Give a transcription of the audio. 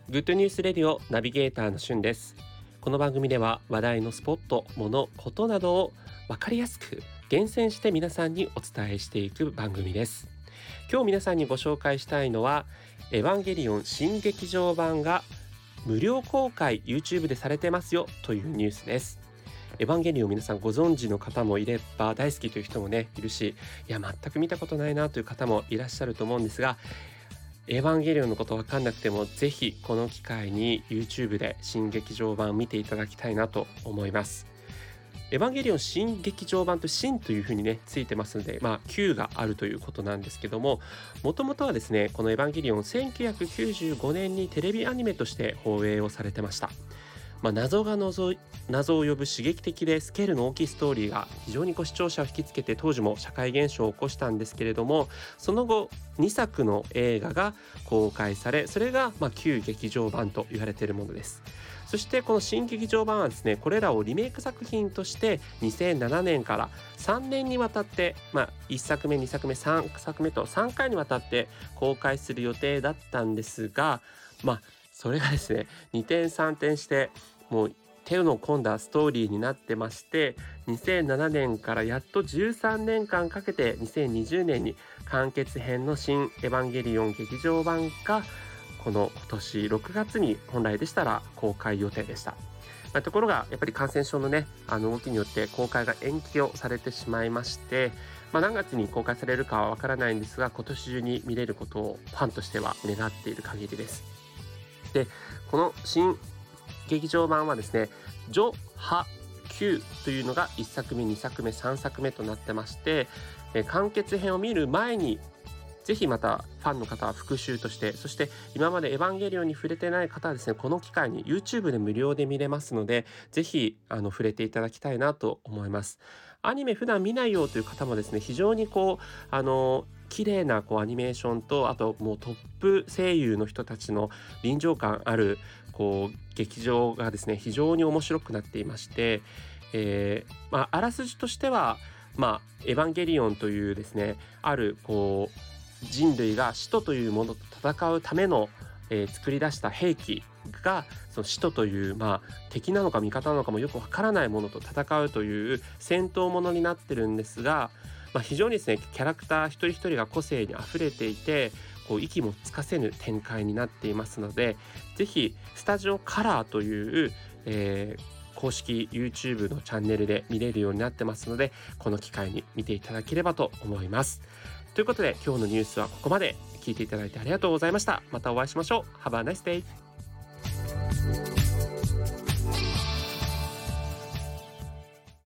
グッドニュースレディオナビゲーターのしゅんです。この番組では話題のスポット、もの、ことなどを分かりやすく厳選して皆さんにお伝えしていく番組です。今日皆さんにご紹介したいのはエヴァンゲリオン新劇場版が無料公開 YouTube でされてますよというニュースです。エヴァンゲリオン皆さんご存知の方もいれば大好きという人もねいるし、いや全く見たことないなという方もいらっしゃると思うんですが、エヴァンゲリオンのこと分かんなくてもぜひこの機会に YouTube で新劇場版見ていただきたいなと思います。エヴァンゲリオン新劇場版と新というふうにねついてますので、Q があるということなんですけども、もともとはですねこのエヴァンゲリオン1995年にテレビアニメとして放映をされてました。謎を呼ぶ刺激的でスケールの大きいストーリーが非常に視聴者を引きつけて、当時も社会現象を起こしたんですけれども、その後2作の映画が公開され、それが旧劇場版と言われているものです。そしてこの新劇場版はですね、これらをリメイク作品として2007年から3年にわたって、1作目2作目3作目と3回にわたって公開する予定だったんですが、それがですね2転3転してもう手の込んだストーリーになってまして、2007年からやっと13年間かけて2020年に完結編の新エヴァンゲリオン劇場版がこの今年6月に本来でしたら公開予定でした。ところがやっぱり感染症のね動きによって公開が延期をされてしまいまして、何月に公開されるかはわからないんですが、今年中に見れることをファンとしては願っている限りです。で、この新劇場版はですね、ジョ・ハ・キューというのが1作目2作目3作目となってまして、完結編を見る前にぜひまたファンの方は復習として、そして今までエヴァンゲリオンに触れてない方はですね、この機会に YouTube で無料で見れますので、ぜひ触れていただきたいなと思います。アニメ普段見ないよという方もですね、非常に綺麗なアニメーションと、あともうトップ声優の人たちの臨場感ある劇場がですね非常に面白くなっていまして、あらすじとしてはエヴァンゲリオンというですねある人類が使徒というものと戦うための、作り出した兵器がその使徒という、敵なのか味方なのかもよくわからないものと戦うという戦闘ものになってるんですが、非常にですねキャラクター一人一人が個性にあふれていて、息もつかせぬ展開になっていますので、ぜひスタジオカラーという、公式 YouTube のチャンネルで見れるようになってますので、この機会に見ていただければと思います。ということで今日のニュースはここまで。聞いていただいてありがとうございました。またお会いしましょう。Have a nice day!